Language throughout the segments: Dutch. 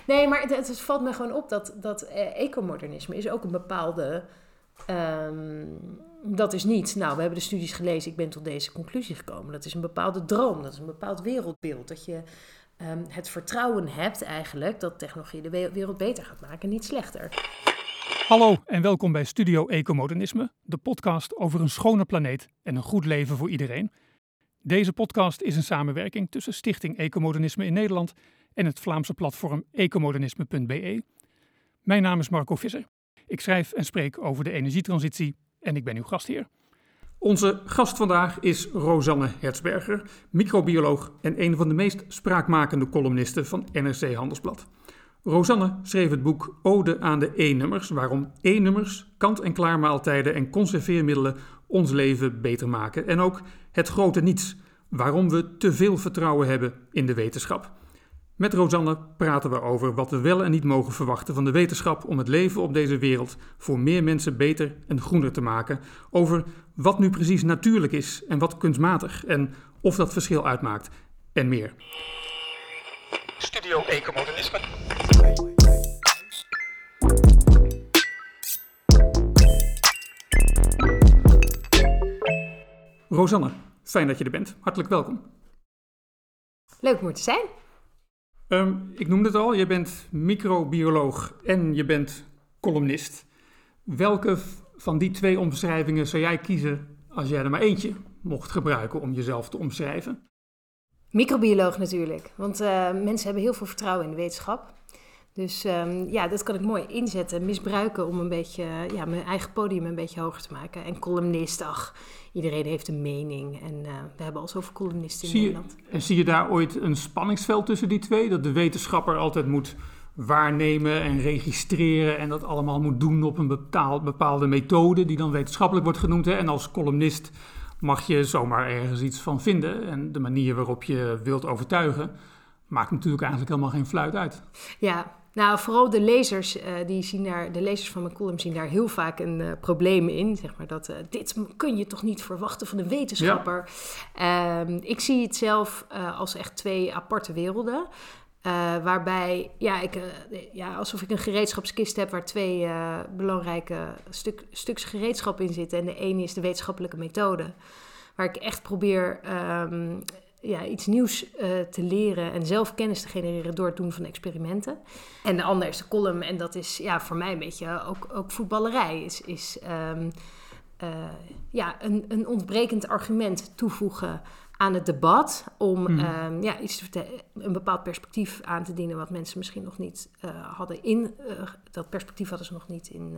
Nee, maar het valt me gewoon op dat ecomodernisme is ook een bepaalde... dat is niet, we hebben de studies gelezen, ik ben tot deze conclusie gekomen. Dat is een bepaalde droom, dat is een bepaald wereldbeeld. Dat je het vertrouwen hebt eigenlijk dat technologie de wereld beter gaat maken, niet slechter. Hallo en welkom bij Studio Ecomodernisme, de podcast over een schone planeet en een goed leven voor iedereen. Deze podcast is een samenwerking tussen Stichting Ecomodernisme in Nederland en het Vlaamse platform ecomodernisme.be. Mijn naam is Marco Visser. Ik schrijf en spreek over de energietransitie en ik ben uw gastheer. Onze gast vandaag is Rosanne Hertzberger, microbioloog en een van de meest spraakmakende columnisten van NRC Handelsblad. Rosanne schreef het boek Ode aan de E-nummers, waarom E-nummers, kant-en-klaar maaltijden en conserveermiddelen ons leven beter maken. En ook Het grote niets, waarom we te veel vertrouwen hebben in de wetenschap. Met Rosanne praten we over wat we wel en niet mogen verwachten van de wetenschap om het leven op deze wereld voor meer mensen beter en groener te maken. Over wat nu precies natuurlijk is en wat kunstmatig en of dat verschil uitmaakt en meer. Studio Ecomodernisme. Rosanne, fijn dat je er bent. Hartelijk welkom. Leuk om er te zijn. Ik noemde het al, je bent microbioloog en je bent columnist. Welke van die twee omschrijvingen zou jij kiezen als jij er maar eentje mocht gebruiken om jezelf te omschrijven? Microbioloog natuurlijk, want mensen hebben heel veel vertrouwen in de wetenschap. Dus dat kan ik mooi inzetten, misbruiken om een beetje mijn eigen podium een beetje hoger te maken. En columnist, iedereen heeft een mening en we hebben al zoveel columnisten in Nederland. Zie je daar ooit een spanningsveld tussen die twee? Dat de wetenschapper altijd moet waarnemen en registreren en dat allemaal moet doen op een bepaalde methode die dan wetenschappelijk wordt genoemd. Hè? En als columnist mag je zomaar ergens iets van vinden en de manier waarop je wilt overtuigen maakt natuurlijk eigenlijk helemaal geen fluit uit. Ja, nou vooral de lezers, de lezers van mijn column zien daar heel vaak een probleem in. Zeg maar dat dit kun je toch niet verwachten van een wetenschapper. Ja. Ik zie het zelf als echt twee aparte werelden. Waarbij, alsof ik een gereedschapskist heb waar twee belangrijke stuks gereedschap in zitten. En de ene is de wetenschappelijke methode, waar ik echt probeer iets nieuws te leren en zelf kennis te genereren door het doen van experimenten. En de andere is de column en dat is voor mij een beetje ook voetballerij. Is een ontbrekend argument toevoegen aan het debat om iets te vertellen, een bepaald perspectief aan te dienen wat mensen misschien nog niet hadden dat perspectief hadden ze nog niet in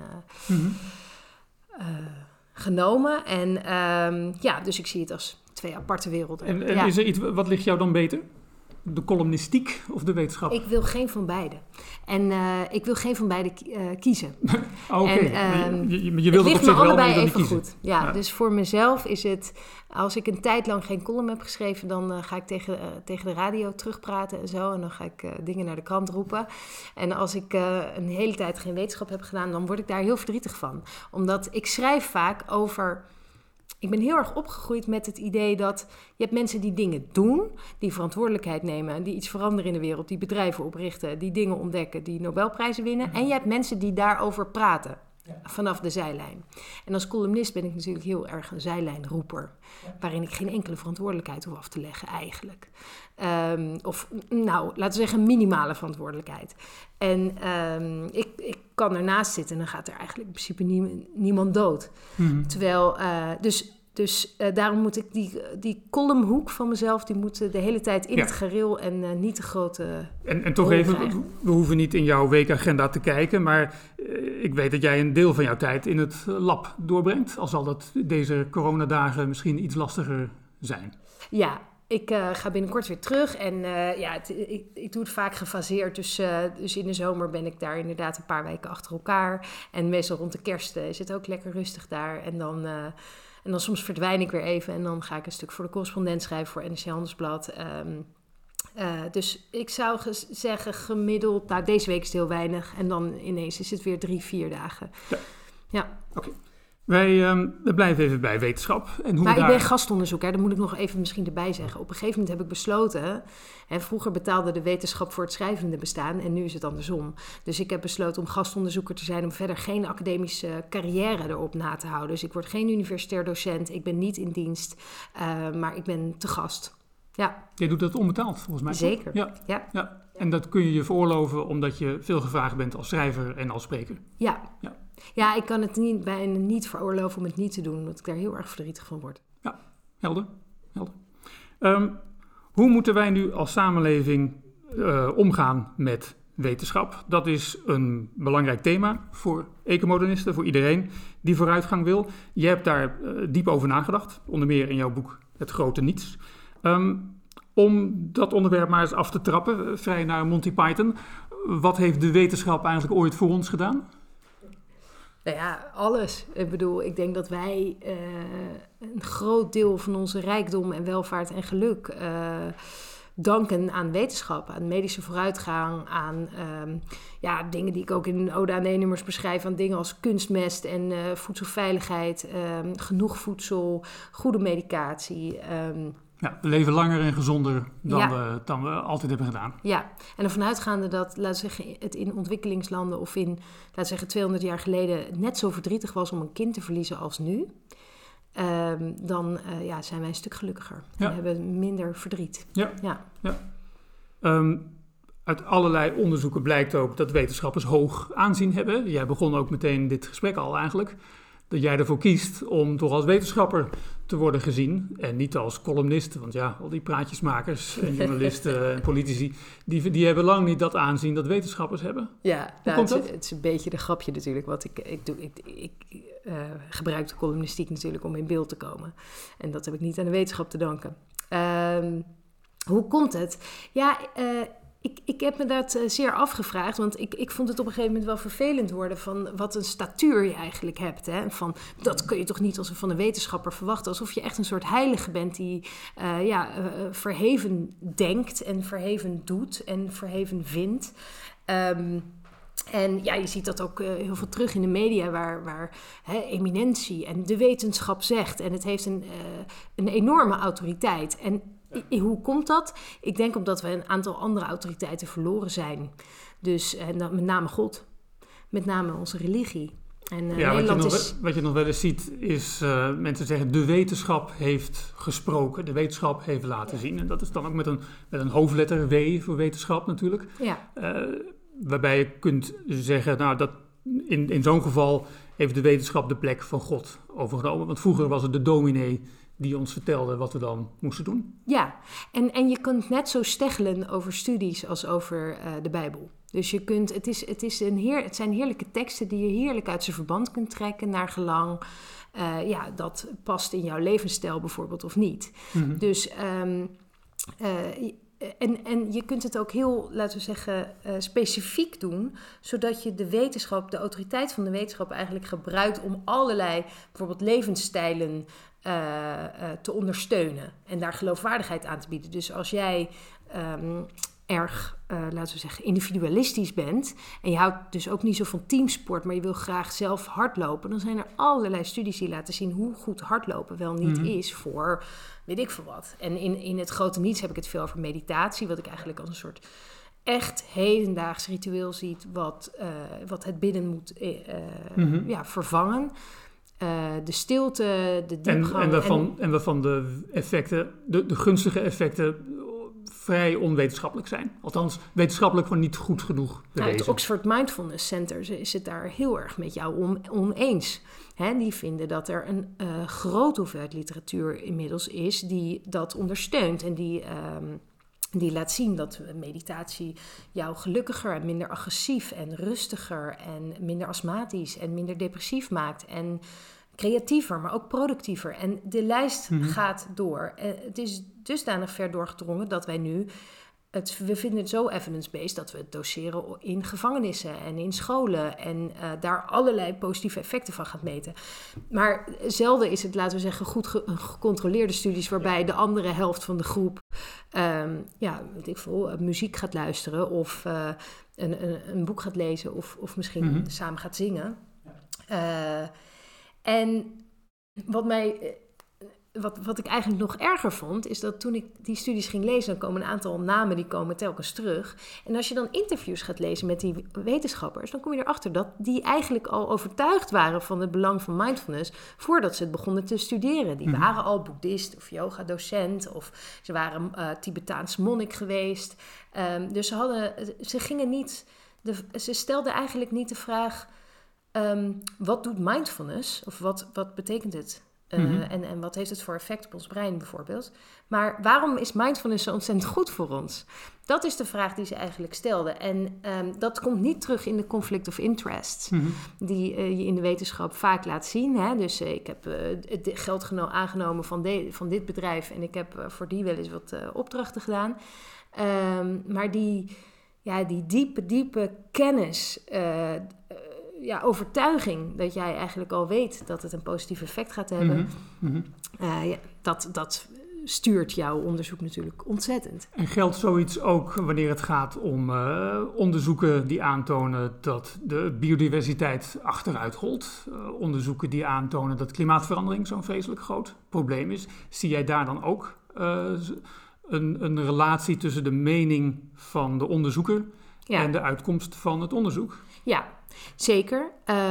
genomen. En dus ik zie het als twee aparte werelden. En is er iets, wat ligt jou dan beter? De columnistiek of de wetenschap? Ik wil geen van beide. En ik wil geen van beide kiezen. Oké. Je wilt het op zich wel, allebei maar je even kiezen. goed. Ja, dus voor mezelf is het, als ik een tijd lang geen column heb geschreven, dan ga ik tegen de radio terugpraten en zo. En dan ga ik dingen naar de krant roepen. En als ik een hele tijd geen wetenschap heb gedaan, dan word ik daar heel verdrietig van. Omdat ik schrijf vaak over... Ik ben heel erg opgegroeid met het idee dat je hebt mensen die dingen doen, die verantwoordelijkheid nemen, die iets veranderen in de wereld, die bedrijven oprichten, die dingen ontdekken, die Nobelprijzen winnen. En je hebt mensen die daarover praten, vanaf de zijlijn. En als columnist ben ik natuurlijk heel erg een zijlijnroeper, waarin ik geen enkele verantwoordelijkheid hoef af te leggen eigenlijk. Laten we zeggen minimale verantwoordelijkheid. En ik kan ernaast zitten en dan gaat er eigenlijk in principe niemand dood. Terwijl, daarom moet ik die columnhoek van mezelf, die moet de hele tijd in het gareel en niet de grote... En toch even, we hoeven niet in jouw weekagenda te kijken, maar ik weet dat jij een deel van jouw tijd in het lab doorbrengt. Al zal dat deze coronadagen misschien iets lastiger zijn. Ja, ik ga binnenkort weer terug en ik doe het vaak gefaseerd. Dus in de zomer ben ik daar inderdaad een paar weken achter elkaar. En meestal rond de kerst is het ook lekker rustig daar. En dan soms verdwijn ik weer even en dan ga ik een stuk voor de correspondent schrijven voor NRC Handelsblad. Dus ik zou zeggen gemiddeld, deze week is het heel weinig. En dan ineens is het weer 3-4 dagen. Ja. Oké. We blijven even bij wetenschap. En hoe ik ben gastonderzoeker, dat moet ik nog even misschien erbij zeggen. Op een gegeven moment heb ik besloten, vroeger betaalde de wetenschap voor het schrijvende bestaan en nu is het andersom. Dus ik heb besloten om gastonderzoeker te zijn, om verder geen academische carrière erop na te houden. Dus ik word geen universitair docent, ik ben niet in dienst, maar ik ben te gast. Ja. Jij doet dat onbetaald volgens mij. Zeker, ja. En dat kun je je veroorloven omdat je veel gevraagd bent als schrijver en als spreker. Ja, ik kan het bijna niet veroorloven om het niet te doen, omdat ik daar heel erg verdrietig van word. Ja, helder. Hoe moeten wij nu als samenleving omgaan met wetenschap? Dat is een belangrijk thema voor ecomodernisten, voor iedereen die vooruitgang wil. Je hebt daar diep over nagedacht, onder meer in jouw boek Het Grote Niets. Om dat onderwerp maar eens af te trappen, vrij naar Monty Python. Wat heeft de wetenschap eigenlijk ooit voor ons gedaan? Nou ja, alles. Ik denk dat wij een groot deel van onze rijkdom en welvaart en geluk danken aan wetenschap, aan medische vooruitgang, aan dingen die ik ook in Ode aan E-nummers beschrijf, aan dingen als kunstmest en voedselveiligheid, genoeg voedsel, goede medicatie. We leven langer en gezonder dan we altijd hebben gedaan. Ja, en ervan uitgaande dat, laten we zeggen, het in ontwikkelingslanden of in, laten we zeggen, 200 jaar geleden net zo verdrietig was om een kind te verliezen als nu, dan zijn wij een stuk gelukkiger. We hebben minder verdriet. Uit allerlei onderzoeken blijkt ook dat wetenschappers hoog aanzien hebben. Jij begon ook meteen dit gesprek al eigenlijk. Dat jij ervoor kiest om toch als wetenschapper te worden gezien en niet als columnist. Want al die praatjesmakers en journalisten en politici, die hebben lang niet dat aanzien dat wetenschappers hebben. Ja, het is een beetje de grapje natuurlijk wat ik doe. Ik gebruik de columnistiek natuurlijk om in beeld te komen. En dat heb ik niet aan de wetenschap te danken. Hoe komt het? Ik heb me dat zeer afgevraagd, want ik vond het op een gegeven moment wel vervelend worden van wat een statuur je eigenlijk hebt. Hè? Van, dat kun je toch niet van een wetenschapper verwachten, alsof je echt een soort heilige bent die verheven denkt en verheven doet en verheven vindt. En je ziet dat ook heel veel terug in de media waar eminentie en de wetenschap zegt. En het heeft een enorme autoriteit. En hoe komt dat? Ik denk omdat we een aantal andere autoriteiten verloren zijn. Dus met name God, met name onze religie. En, wat je nog wel eens ziet is mensen zeggen de wetenschap heeft gesproken, de wetenschap heeft laten zien. En dat is dan ook met een hoofdletter W voor wetenschap natuurlijk. Ja. Waarbij je kunt zeggen, dat in zo'n geval heeft de wetenschap de plek van God overgenomen. Want vroeger was het de dominee die ons vertelde wat we dan moesten doen. Ja, en je kunt net zo steggelen over studies als over de Bijbel. Dus je kunt, het zijn heerlijke teksten die je heerlijk uit zijn verband kunt trekken naar gelang dat past in jouw levensstijl bijvoorbeeld of niet. Mm-hmm. Dus en je kunt het ook heel, laten we zeggen, specifiek doen, zodat je de wetenschap, de autoriteit van de wetenschap eigenlijk gebruikt om allerlei bijvoorbeeld levensstijlen te ondersteunen en daar geloofwaardigheid aan te bieden. Dus als jij erg, laten we zeggen, individualistisch bent en je houdt dus ook niet zo van teamsport, maar je wil graag zelf hardlopen, dan zijn er allerlei studies die laten zien hoe goed hardlopen wel niet is voor weet ik veel wat. En in Het Grote Niets heb ik het veel over meditatie, wat ik eigenlijk als een soort echt hedendaags ritueel ziet wat het bidden moet vervangen. De stilte, de diepgang. En waarvan de effecten, de gunstige effecten vrij onwetenschappelijk zijn. Althans, wetenschappelijk van niet goed genoeg bewezen. Het Oxford Mindfulness Center is het daar heel erg met jou oneens. Die vinden dat er een grote hoeveelheid literatuur inmiddels is die dat ondersteunt. En die laat zien dat meditatie jou gelukkiger en minder agressief en rustiger en minder astmatisch en minder depressief maakt. En creatiever, maar ook productiever. En de lijst gaat door. Het is dusdanig ver doorgedrongen dat wij nu we vinden het zo evidence-based dat we het doseren in gevangenissen en in scholen en daar allerlei positieve effecten van gaat meten. Maar zelden is het, laten we zeggen, goed gecontroleerde studies waarbij de andere helft van de groep muziek gaat luisteren of een boek gaat lezen of misschien samen gaat zingen. En wat ik eigenlijk nog erger vond, is dat toen ik die studies ging lezen, dan komen een aantal namen die komen telkens terug. En als je dan interviews gaat lezen met die wetenschappers, dan kom je erachter dat die eigenlijk al overtuigd waren van het belang van mindfulness voordat ze het begonnen te studeren. Die waren al boeddhist of yoga-docent of ze waren Tibetaans monnik geweest. Dus ze stelden eigenlijk niet de vraag, wat doet mindfulness? Of wat betekent het? En wat heeft het voor effect op ons brein bijvoorbeeld? Maar waarom is mindfulness zo ontzettend goed voor ons? Dat is de vraag die ze eigenlijk stelden. En dat komt niet terug in de conflict of interest die je in de wetenschap vaak laat zien. Hè? Dus ik heb het geld aangenomen van dit bedrijf en ik heb voor die wel eens wat opdrachten gedaan. Maar die diepe kennis, overtuiging dat jij eigenlijk al weet dat het een positief effect gaat hebben, dat stuurt jouw onderzoek natuurlijk ontzettend. En geldt zoiets ook wanneer het gaat om onderzoeken die aantonen dat de biodiversiteit achteruit holt? Onderzoeken die aantonen dat klimaatverandering zo'n vreselijk groot probleem is. Zie jij daar dan ook een relatie tussen de mening van de onderzoeker en de uitkomst van het onderzoek? Ja, zeker.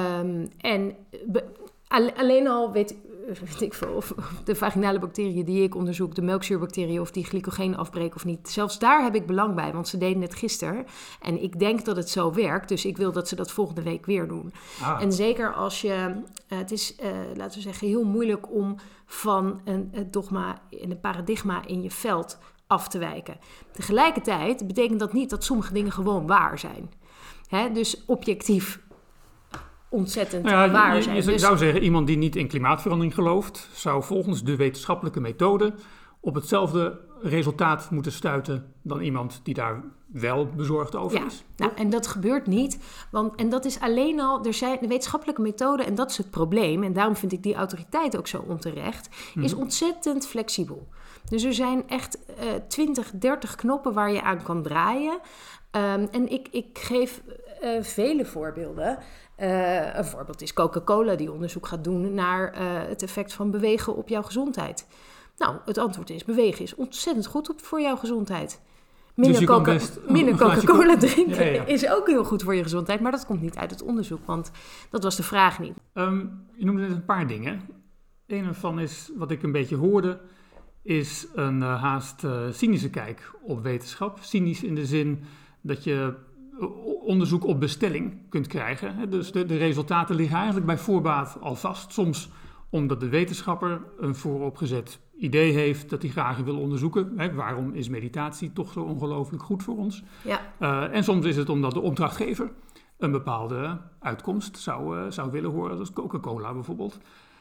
Alleen al weet ik veel of de vaginale bacteriën die ik onderzoek, de melkzuurbacteriën, of die glycogeen afbreken of niet. Zelfs daar heb ik belang bij, want ze deden het gisteren. En ik denk dat het zo werkt, dus ik wil dat ze dat volgende week weer doen. En zeker als het is, laten we zeggen, heel moeilijk om van een dogma en een paradigma in je veld af te wijken. Tegelijkertijd betekent dat niet dat sommige dingen gewoon waar zijn. Dus objectief ontzettend waar zijn. Je zou zeggen, iemand die niet in klimaatverandering gelooft, zou volgens de wetenschappelijke methode op hetzelfde resultaat moeten stuiten dan iemand die daar wel bezorgd over is. En dat gebeurt niet, en dat is alleen al, er zijn de wetenschappelijke methode, en dat is het probleem, en daarom vind ik die autoriteit ook zo onterecht, is ontzettend flexibel. Dus er zijn echt 20, 30 knoppen waar je aan kan draaien. En ik geef vele voorbeelden. Een voorbeeld is Coca-Cola die onderzoek gaat doen naar het effect van bewegen op jouw gezondheid. Nou, het antwoord is, bewegen is ontzettend goed voor jouw gezondheid. Minder Coca-Cola drinken is ook heel goed voor je gezondheid, maar dat komt niet uit het onderzoek, want dat was de vraag niet. Je noemde net een paar dingen. Een ervan is, wat ik een beetje hoorde, is een haast cynische kijk op wetenschap. Cynisch in de zin dat je onderzoek op bestelling kunt krijgen. Hè? Dus de resultaten liggen eigenlijk bij voorbaat al vast. Soms omdat de wetenschapper een vooropgezet idee heeft dat hij graag wil onderzoeken. Hè? Waarom is meditatie toch zo ongelooflijk goed voor ons? Ja. En soms is het omdat de opdrachtgever een bepaalde uitkomst zou willen horen. Zoals Coca-Cola bijvoorbeeld.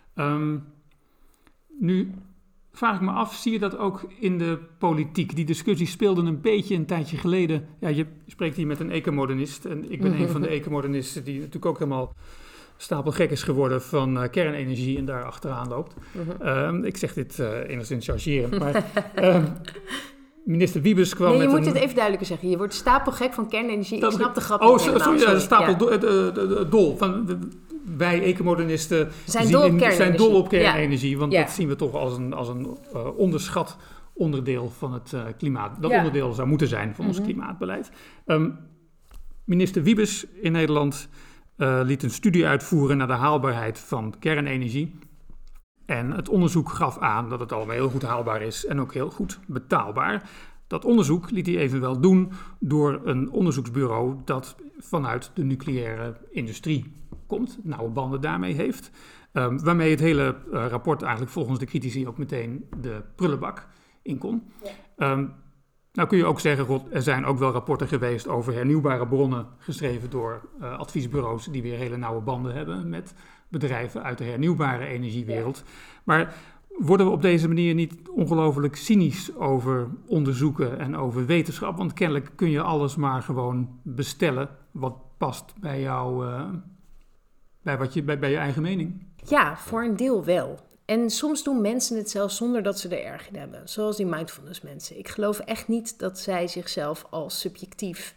Nu vraag ik me af, zie je dat ook in de politiek? Die discussie speelde een beetje een tijdje geleden. Ja, je spreekt hier met een ecomodernist. En ik ben een van de ecomodernisten die natuurlijk ook helemaal stapelgek is geworden van kernenergie en daar achteraan loopt. Ik zeg dit enigszins chargerend, maar minister Wiebes kwam met je moet het even duidelijker zeggen. Je wordt stapelgek van kernenergie. Ik snap de grap niet helemaal. Dol. Wij ecomodernisten zijn dol op kernenergie, want dat zien we toch als een onderschat onderdeel van het klimaat. Dat onderdeel zou moeten zijn van ons klimaatbeleid. Minister Wiebes in Nederland liet een studie uitvoeren naar de haalbaarheid van kernenergie. En het onderzoek gaf aan dat het allemaal heel goed haalbaar is en ook heel goed betaalbaar. Dat onderzoek liet hij evenwel doen door een onderzoeksbureau dat vanuit de nucleaire industrie komt, nauwe banden daarmee heeft. Waarmee het hele rapport eigenlijk volgens de critici ook meteen de prullenbak in kon. Ja. Nou kun je ook zeggen, er zijn ook wel rapporten geweest over hernieuwbare bronnen geschreven door adviesbureaus die weer hele nauwe banden hebben met bedrijven uit de hernieuwbare energiewereld. Ja. Maar worden we op deze manier niet ongelooflijk cynisch over onderzoeken en over wetenschap? Want kennelijk kun je alles maar gewoon bestellen wat past bij jou, bij je eigen mening. Ja, voor een deel wel. En soms doen mensen het zelfs zonder dat ze er erg in hebben. Zoals die mindfulness mensen. Ik geloof echt niet dat zij zichzelf als subjectief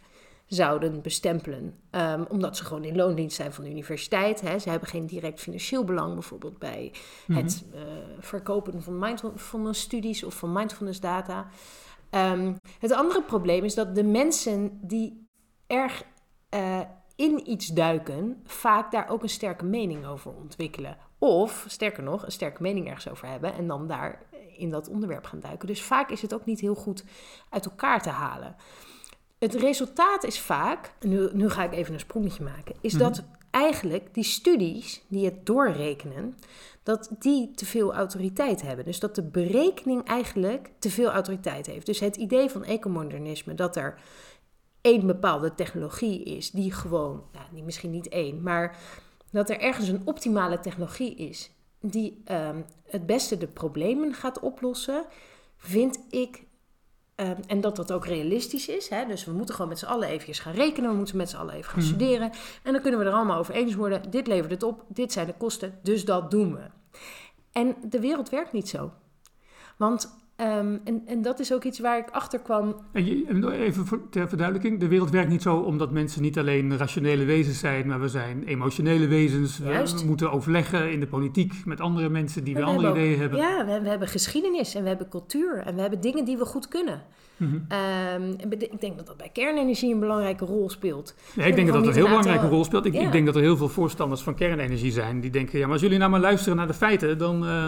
zouden bestempelen. Omdat ze gewoon in loondienst zijn van de universiteit. Hè. Ze hebben geen direct financieel belang, bijvoorbeeld bij het verkopen van mindfulness studies of van mindfulness data. Het andere probleem is dat de mensen die erg in iets duiken, vaak daar ook een sterke mening over ontwikkelen. Of, sterker nog, een sterke mening ergens over hebben en dan daar in dat onderwerp gaan duiken. Dus vaak is het ook niet heel goed uit elkaar te halen. Het resultaat is vaak, nu ga ik even een sprongetje maken, is dat eigenlijk die studies die het doorrekenen, dat die te veel autoriteit hebben. Dus dat de berekening eigenlijk te veel autoriteit heeft. Dus het idee van ecomodernisme, dat er één bepaalde technologie is die gewoon, misschien niet één, maar dat er ergens een optimale technologie is die het beste de problemen gaat oplossen, vind ik, en dat ook realistisch is. Hè? Dus we moeten gewoon met z'n allen eventjes gaan rekenen, we moeten met z'n allen even gaan studeren en dan kunnen we er allemaal over eens worden. Dit levert het op, dit zijn de kosten, dus dat doen we. En de wereld werkt niet zo. Want en dat is ook iets waar ik achter kwam. En even ter verduidelijking, de wereld werkt niet zo omdat mensen niet alleen rationele wezens zijn, maar we zijn emotionele wezens. We moeten overleggen in de politiek met andere mensen die weer andere ideeën hebben. Ja, we hebben geschiedenis en we hebben cultuur en we hebben dingen die we goed kunnen. Ik denk dat bij kernenergie een belangrijke rol speelt. Nee, ik denk dat een heel belangrijke rol speelt. Ik denk dat er heel veel voorstanders van kernenergie zijn die denken, maar als jullie nou maar luisteren naar de feiten,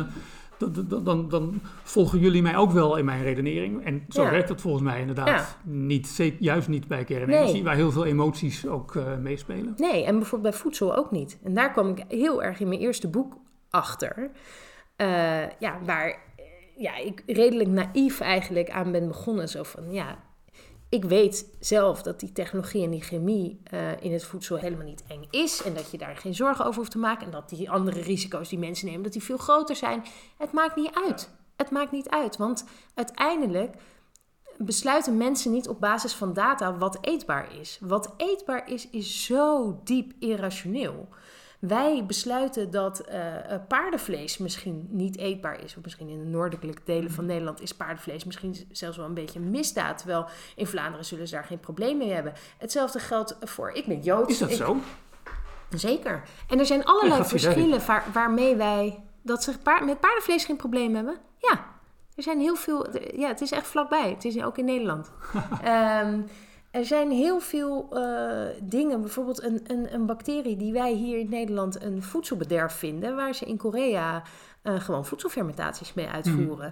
dan volgen jullie mij ook wel in mijn redenering. En zo werkt dat volgens mij inderdaad niet. Juist niet bij kernenergie, waar heel veel emoties ook meespelen. Nee, en bijvoorbeeld bij voedsel ook niet. En daar kwam ik heel erg in mijn eerste boek achter. Waar ik redelijk naïef eigenlijk aan ben begonnen. Zo van, ik weet zelf dat die technologie en die chemie in het voedsel helemaal niet eng is. En dat je daar geen zorgen over hoeft te maken. En dat die andere risico's die mensen nemen, dat die veel groter zijn. Het maakt niet uit. Het maakt niet uit. Want uiteindelijk besluiten mensen niet op basis van data wat eetbaar is. Wat eetbaar is zo diep irrationeel. Wij besluiten dat paardenvlees misschien niet eetbaar is. Of misschien in de noordelijke delen van Nederland is paardenvlees misschien zelfs wel een beetje een misdaad. Terwijl in Vlaanderen zullen ze daar geen probleem mee hebben. Hetzelfde geldt voor, ik ben Joods. Is dat zo? Zeker. En er zijn allerlei verschillen waarmee wij, dat ze met paardenvlees geen probleem hebben. Ja, er zijn heel veel, het is echt vlakbij. Het is ook in Nederland. Er zijn heel veel dingen, bijvoorbeeld een bacterie die wij hier in Nederland een voedselbederf vinden, waar ze in Korea gewoon voedselfermentaties mee uitvoeren.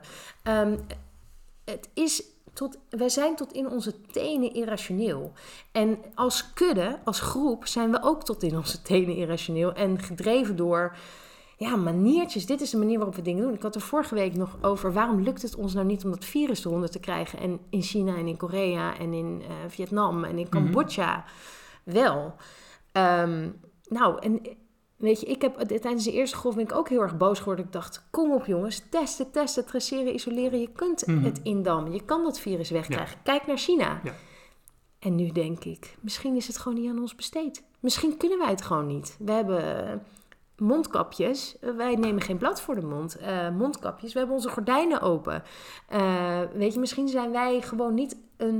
Wij zijn tot in onze tenen irrationeel. En als kudde, als groep, zijn we ook tot in onze tenen irrationeel en gedreven door maniertjes. Dit is de manier waarop we dingen doen. Ik had er vorige week nog over, waarom lukt het ons nou niet om dat virus eronder te krijgen? En in China en in Korea en in Vietnam en in Cambodja wel. En weet je, ik heb tijdens de eerste golf ben ik ook heel erg boos geworden. Ik dacht, kom op jongens, testen, traceren, isoleren. Je kunt het indammen. Je kan dat virus wegkrijgen. Ja. Kijk naar China. Ja. En nu denk ik, misschien is het gewoon niet aan ons besteed. Misschien kunnen wij het gewoon niet. We hebben mondkapjes. Wij nemen geen blad voor de mond. Mondkapjes. We hebben onze gordijnen open. Weet je, misschien zijn wij gewoon niet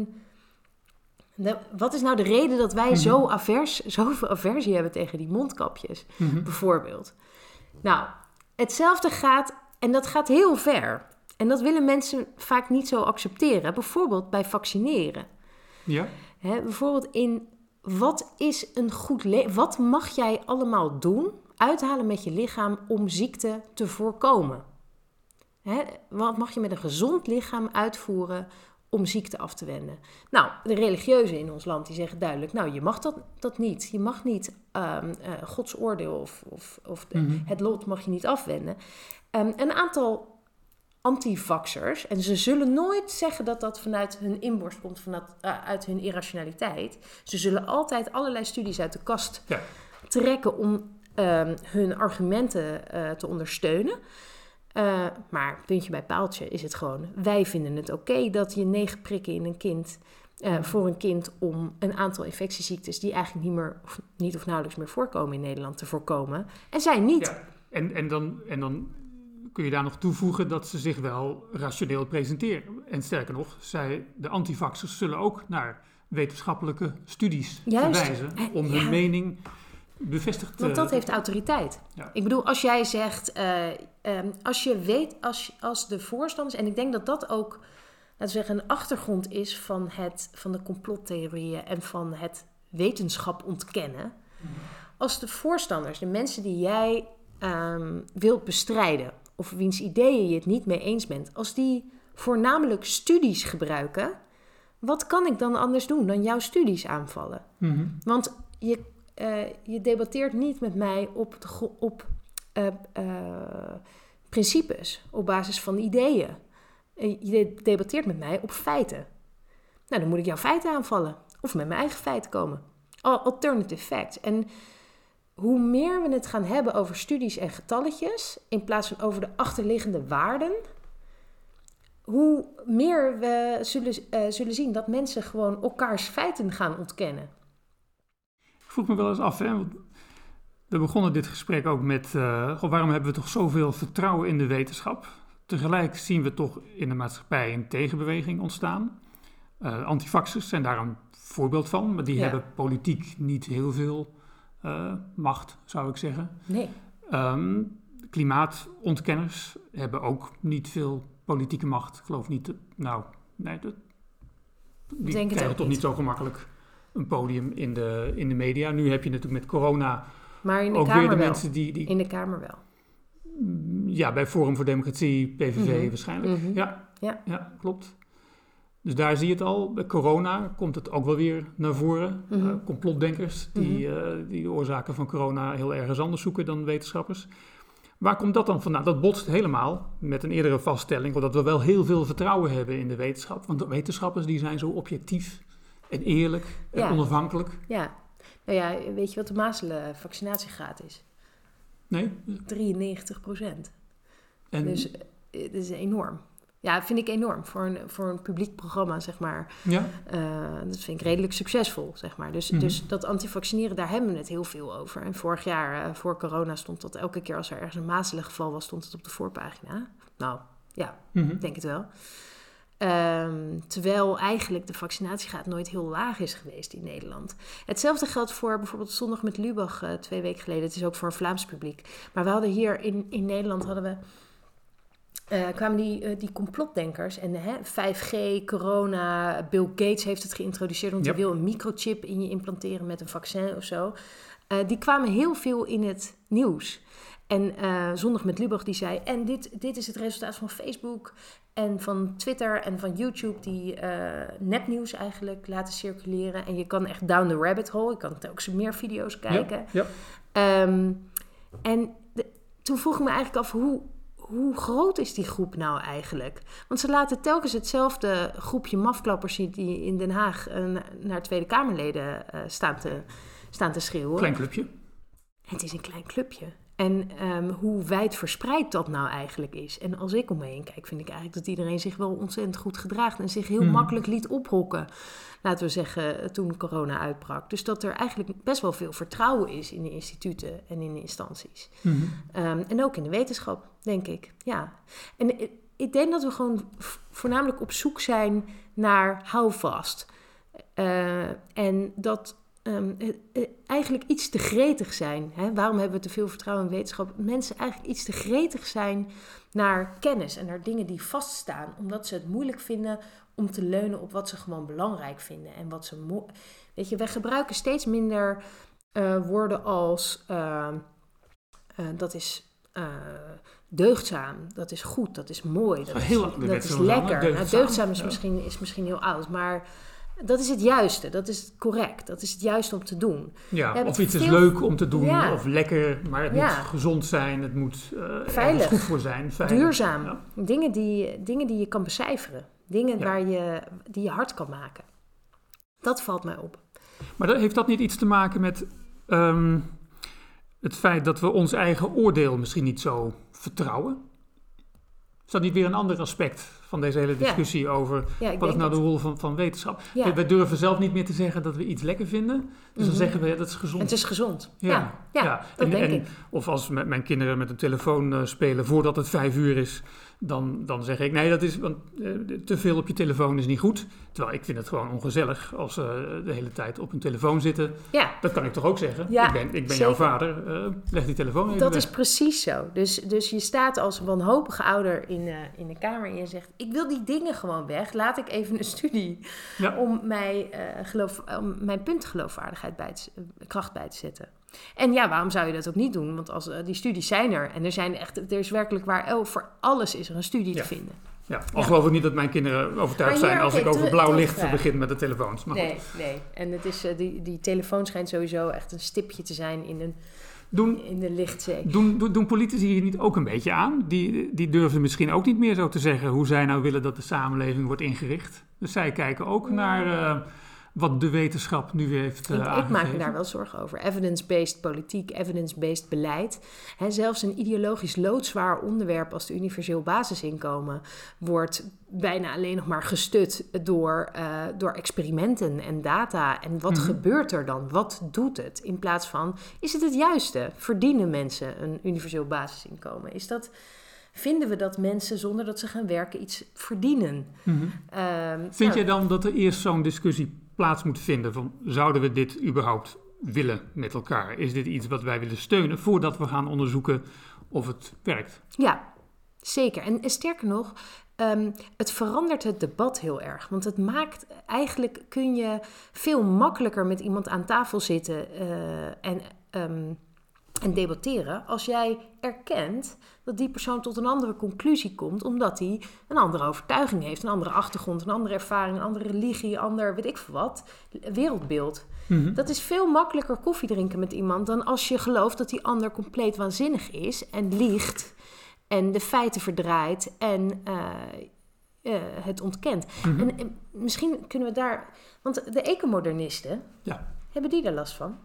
wat is nou de reden dat wij zoveel aversie hebben tegen die mondkapjes, bijvoorbeeld? Nou, hetzelfde gaat, en dat gaat heel ver. En dat willen mensen vaak niet zo accepteren. Bijvoorbeeld bij vaccineren. Ja. Bijvoorbeeld wat is een goed leven? Wat mag jij allemaal doen, uithalen met je lichaam om ziekte te voorkomen? Wat mag je met een gezond lichaam uitvoeren om ziekte af te wenden? Nou, de religieuzen in ons land die zeggen duidelijk, nou, je mag dat niet. Je mag niet Gods oordeel of het lot mag je niet afwenden. Een aantal antivaxers, en ze zullen nooit zeggen dat dat vanuit hun inborst komt, uit hun irrationaliteit. Ze zullen altijd allerlei studies uit de kast trekken om hun argumenten te ondersteunen. Maar puntje bij paaltje is het gewoon, wij vinden het oké dat je 9 prikken in een kind, voor een kind om een aantal infectieziektes die eigenlijk niet of nauwelijks meer voorkomen in Nederland te voorkomen. En zij niet. Ja. En dan kun je daar nog toevoegen dat ze zich wel rationeel presenteren. En sterker nog, de antivaxers zullen ook naar wetenschappelijke studies Juist. verwijzen om hun mening bevestigd te... Want dat heeft autoriteit. Ja. Ik bedoel, als jij zegt, als je weet, als de voorstanders... En ik denk dat dat ook, laten we zeggen, een achtergrond is van de complottheorieën en van het wetenschap ontkennen. Als de voorstanders, de mensen die jij wilt bestrijden, of wiens ideeën je het niet mee eens bent, als die voornamelijk studies gebruiken, wat kan ik dan anders doen dan jouw studies aanvallen? Mm-hmm. Want je debatteert niet met mij op principes, op basis van ideeën. Je debatteert met mij op feiten. Nou, dan moet ik jouw feiten aanvallen. Of met mijn eigen feiten komen. Alternative facts. En hoe meer we het gaan hebben over studies en getalletjes, in plaats van over de achterliggende waarden, hoe meer we zullen zien dat mensen gewoon elkaars feiten gaan ontkennen. Ik vroeg me wel eens af, hè? We begonnen dit gesprek ook met, waarom hebben we toch zoveel vertrouwen in de wetenschap? Tegelijk zien we toch in de maatschappij een tegenbeweging ontstaan. Antivaxers zijn daar een voorbeeld van, maar die hebben politiek niet heel veel macht, zou ik zeggen. Nee. Klimaatontkenners hebben ook niet veel politieke macht. Ik geloof niet, die krijgen toch niet zo gemakkelijk een podium in de media. Nu heb je natuurlijk met corona maar in de ook Kamer weer de wel. mensen die... In de Kamer wel. Ja, bij Forum voor Democratie, PVV waarschijnlijk. Mm-hmm. Ja, klopt. Dus daar zie je het al. Bij corona komt het ook wel weer naar voren. Mm-hmm. Complotdenkers die de oorzaken van corona heel ergens anders zoeken dan wetenschappers. Waar komt dat dan vandaan? Dat botst helemaal met een eerdere vaststelling, dat we wel heel veel vertrouwen hebben in de wetenschap. Want de wetenschappers die zijn zo objectief en eerlijk en onafhankelijk. Ja, nou ja, weet je wat de mazelenvaccinatiegraad is? Nee? 93%. Dus dat is enorm. Ja, vind ik enorm. Voor een publiek programma, zeg maar. Ja. Dat vind ik redelijk succesvol, zeg maar. Dus dat antivaccineren, daar hebben we het heel veel over. En vorig jaar, voor corona, stond dat elke keer als er ergens een mazelengeval was, stond het op de voorpagina. Nou, ja, ik denk het wel. Terwijl eigenlijk de vaccinatiegraad nooit heel laag is geweest in Nederland. Hetzelfde geldt voor bijvoorbeeld Zondag met Lubach 2 weken geleden. Het is ook voor een Vlaams publiek. Maar we hadden hier in Nederland kwamen die complotdenkers en 5G, corona, Bill Gates heeft het geïntroduceerd, want hij wil een microchip in je implanteren met een vaccin of zo. Die kwamen heel veel in het nieuws. En Zondag met Lubach die zei, en dit is het resultaat van Facebook en van Twitter en van YouTube die nepnieuws eigenlijk laten circuleren. En je kan echt down the rabbit hole, je kan ook meer video's kijken. Ja. Toen vroeg ik me eigenlijk af, hoe groot is die groep nou eigenlijk? Want ze laten telkens hetzelfde groepje mafklappers die in Den Haag naar Tweede Kamerleden staan te schreeuwen. Klein clubje. Het is een klein clubje. En hoe wijd verspreid dat nou eigenlijk is. En als ik om me heen kijk, vind ik eigenlijk dat iedereen zich wel ontzettend goed gedraagt en zich heel makkelijk liet ophokken. Laten we zeggen, toen corona uitbrak. Dus dat er eigenlijk best wel veel vertrouwen is in de instituten en in de instanties. Mm-hmm. En ook in de wetenschap, denk ik. Ja. En ik denk dat we gewoon voornamelijk op zoek zijn naar houvast. En dat eigenlijk iets te gretig zijn. Hè? Waarom hebben we te veel vertrouwen in wetenschap? Mensen eigenlijk iets te gretig zijn naar kennis en naar dingen die vaststaan. Omdat ze het moeilijk vinden om te leunen op wat ze gewoon belangrijk vinden. En wat ze weet je, wij gebruiken steeds minder woorden als dat is deugdzaam, dat is goed, dat is mooi, dat is lekker. Deugdzaam is misschien heel oud, maar dat is het juiste, dat is correct, dat is het juiste om te doen. Ja, of iets is leuk om te doen, of lekker, maar het moet gezond zijn, het moet veilig, goed voor zijn. Veilig. Duurzaam, dingen die je kan becijferen, dingen die je hard kan maken. Dat valt mij op. Maar heeft dat niet iets te maken met het feit dat we ons eigen oordeel misschien niet zo vertrouwen? Is dat niet weer een ander aspect van deze hele discussie over wat is nou de rol van wetenschap? Ja. We durven zelf niet meer te zeggen dat we iets lekker vinden. Dus dan zeggen we dat is gezond. Het is gezond. Ja. Dat denk ik. Of als mijn kinderen met een telefoon spelen voordat het 5 uur is, Dan zeg ik, nee, dat is, want te veel op je telefoon is niet goed. Terwijl ik vind het gewoon ongezellig als ze de hele tijd op hun telefoon zitten. Ja. Dat kan ik toch ook zeggen? Ja, ik ben jouw vader, leg die telefoon even dat weg. Is precies zo. Dus je staat als wanhopige ouder in de kamer en je zegt, ik wil die dingen gewoon weg. Laat ik even een studie om mijn punt geloofwaardigheid kracht bij te zetten. En ja, waarom zou je dat ook niet doen? Want als die studies zijn er. En er is werkelijk waar, voor alles is er een studie te vinden. Ja, al geloof ik niet dat mijn kinderen overtuigd zijn als ik over blauw licht begin met de telefoons. Maar nee. En het is, die telefoon schijnt sowieso echt een stipje te zijn in de lichtzee. Doen politici hier niet ook een beetje aan? Die durven misschien ook niet meer zo te zeggen hoe zij nou willen dat de samenleving wordt ingericht. Dus zij kijken ook naar wat de wetenschap nu heeft aangegeven. Ik maak me daar wel zorgen over. Evidence-based politiek, evidence-based beleid. Zelfs een ideologisch loodzwaar onderwerp als de universeel basisinkomen wordt bijna alleen nog maar gestut door experimenten en data. En wat gebeurt er dan? Wat doet het? In plaats van, is het juiste? Verdienen mensen een universeel basisinkomen? Vinden we dat mensen zonder dat ze gaan werken iets verdienen? Vind jij dan dat er eerst zo'n discussie plaats moet vinden van, zouden we dit überhaupt willen met elkaar? Is dit iets wat wij willen steunen voordat we gaan onderzoeken of het werkt? Ja, zeker. En sterker nog, het verandert het debat heel erg. Want het maakt, eigenlijk kun je veel makkelijker met iemand aan tafel zitten en debatteren als jij erkent dat die persoon tot een andere conclusie komt, omdat hij een andere overtuiging heeft, een andere achtergrond, een andere ervaring, een andere religie, een ander weet ik veel wat, wereldbeeld. Dat is veel makkelijker koffie drinken met iemand dan als je gelooft dat die ander compleet waanzinnig is en liegt en de feiten verdraait en het ontkent. En misschien kunnen we daar, want de ecomodernisten, hebben die daar last van?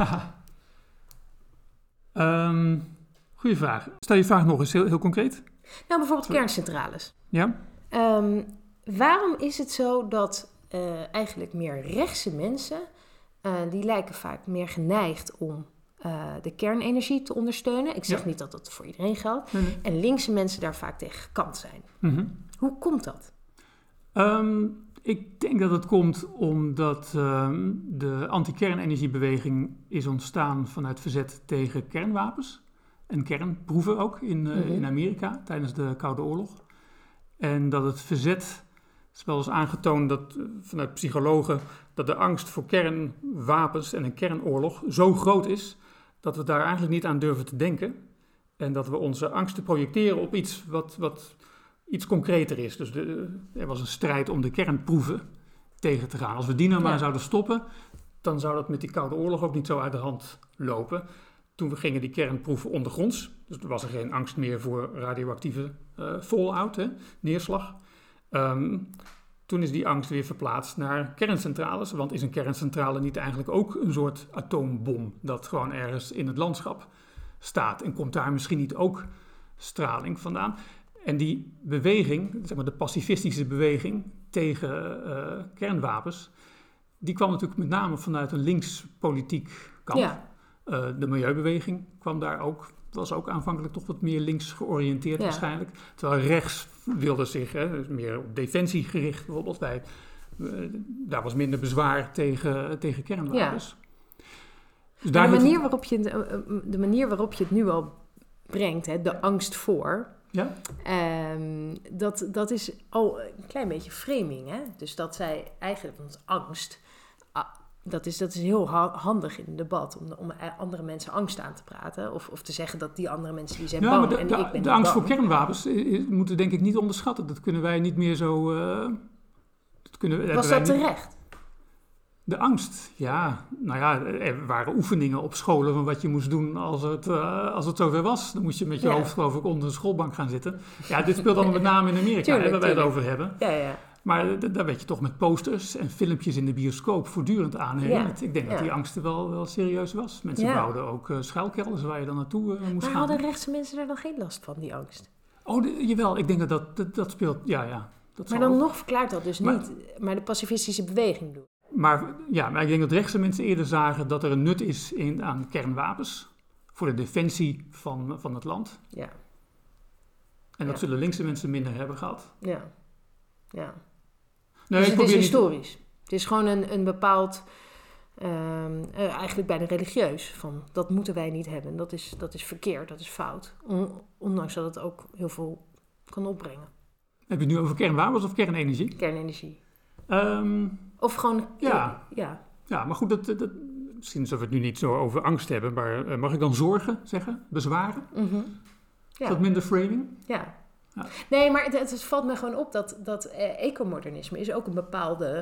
Goeie vraag. Stel je vraag nog eens heel concreet. Nou, bijvoorbeeld kerncentrales. Ja? Waarom is het zo dat eigenlijk meer rechtse mensen, die lijken vaak meer geneigd om de kernenergie te ondersteunen. Ik zeg niet dat dat voor iedereen geldt. En linkse mensen daar vaak tegen gekant zijn. Hoe komt dat? Ik denk dat het komt omdat de anti-kernenergiebeweging is ontstaan vanuit verzet tegen kernwapens. En kernproeven ook in Amerika tijdens de Koude Oorlog. En dat het verzet, is wel eens aangetoond dat vanuit psychologen, dat de angst voor kernwapens en een kernoorlog zo groot is, dat we daar eigenlijk niet aan durven te denken. En dat we onze angsten projecteren op iets wat iets concreter is. Dus er was een strijd om de kernproeven tegen te gaan. Als we die nou maar zouden stoppen, dan zou dat met die Koude Oorlog ook niet zo uit de hand lopen. Toen we gingen die kernproeven ondergronds, dus er was er geen angst meer voor radioactieve fallout, neerslag. Toen is die angst weer verplaatst naar kerncentrales. Want is een kerncentrale niet eigenlijk ook een soort atoombom dat gewoon ergens in het landschap staat? En komt daar misschien niet ook straling vandaan? En die beweging, zeg maar de pacifistische beweging tegen kernwapens, die kwam natuurlijk met name vanuit een linkspolitiek kamp. Ja. De milieubeweging kwam daar ook, was ook aanvankelijk toch wat meer links georiënteerd waarschijnlijk. Terwijl rechts wilde zich, dus meer op defensie gericht bijvoorbeeld, daar was minder bezwaar tegen kernwapens. Ja. Dus daar de manier waarop je het nu al brengt, de angst voor, dat is al een klein beetje framing. Hè? Dus dat zij eigenlijk, want angst, dat is heel handig in een debat om andere mensen angst aan te praten. Of te zeggen dat die andere mensen die zijn bang en ik ben niet bang. De angst voor kernwapens moeten we denk ik niet onderschatten. Dat kunnen wij niet meer zo... Was dat terecht? De angst, ja. Nou ja, er waren oefeningen op scholen van wat je moest doen als het zover was. Dan moest je met je hoofd geloof ik onder een schoolbank gaan zitten. Ja, dit speelt allemaal met name in Amerika, waar wij het over hebben. Ja. Maar daar werd je toch met posters en filmpjes in de bioscoop voortdurend aan herinnerd. Ik denk dat die angst wel serieus was. Mensen bouwden ook schuilkelders waar je dan naartoe moest gaan. Maar hadden rechtse mensen daar dan geen last van, die angst? Jawel, ik denk dat speelt, ja. Maar dan nog verklaart dat dus niet, maar de pacifistische beweging doet. Maar ik denk dat rechtse mensen eerder zagen dat er een nut is aan kernwapens voor de defensie van het land. Ja. En dat zullen linkse mensen minder hebben gehad. Ja. Nee, dus het is historisch. Het is gewoon een bepaald... eigenlijk bijna religieus. Van, dat moeten wij niet hebben. Dat is verkeerd, dat is fout. Ondanks dat het ook heel veel kan opbrengen. Heb je het nu over kernwapens of kernenergie? Kernenergie. Of gewoon... Ja, maar goed, dat, misschien zullen we het nu niet zo over angst hebben, maar mag ik dan zorgen zeggen? Bezwaren? Mm-hmm. Ja. Is dat minder framing? Ja. Nee, maar het valt me gewoon op dat ecomodernisme is ook een bepaalde...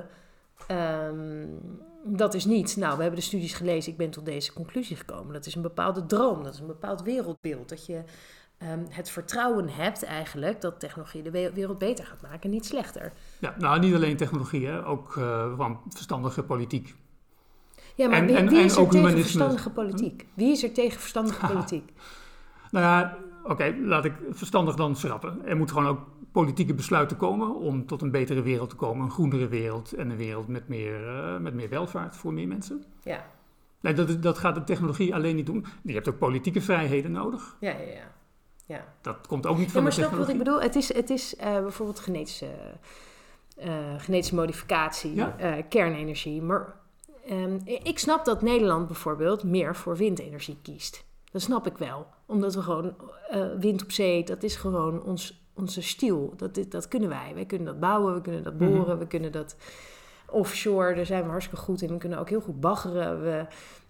dat is niet, we hebben de studies gelezen, ik ben tot deze conclusie gekomen. Dat is een bepaalde droom, dat is een bepaald wereldbeeld. Dat je het vertrouwen hebt eigenlijk dat technologie de wereld beter gaat maken, niet slechter. Ja, niet alleen technologie, hè? Ook van verstandige politiek. Ja, maar wie is er tegen verstandige politiek? Wie is er tegen verstandige politiek? Nou ja, oké, laat ik verstandig dan schrappen. Er moet gewoon ook politieke besluiten komen om tot een betere wereld te komen. Een groenere wereld en een wereld met meer welvaart voor meer mensen. Ja. Nee, dat gaat de technologie alleen niet doen. Je hebt ook politieke vrijheden nodig. Ja. Dat komt ook niet van de technologie. Maar snap wat ik bedoel? Het is bijvoorbeeld genetische modificatie, kernenergie. Maar ik snap dat Nederland bijvoorbeeld meer voor windenergie kiest. Dat snap ik wel. Omdat we gewoon wind op zee, dat is gewoon onze stiel. Dat kunnen wij. Wij kunnen dat bouwen, we kunnen dat boren, we kunnen dat offshore. Daar zijn we hartstikke goed in. We kunnen ook heel goed baggeren.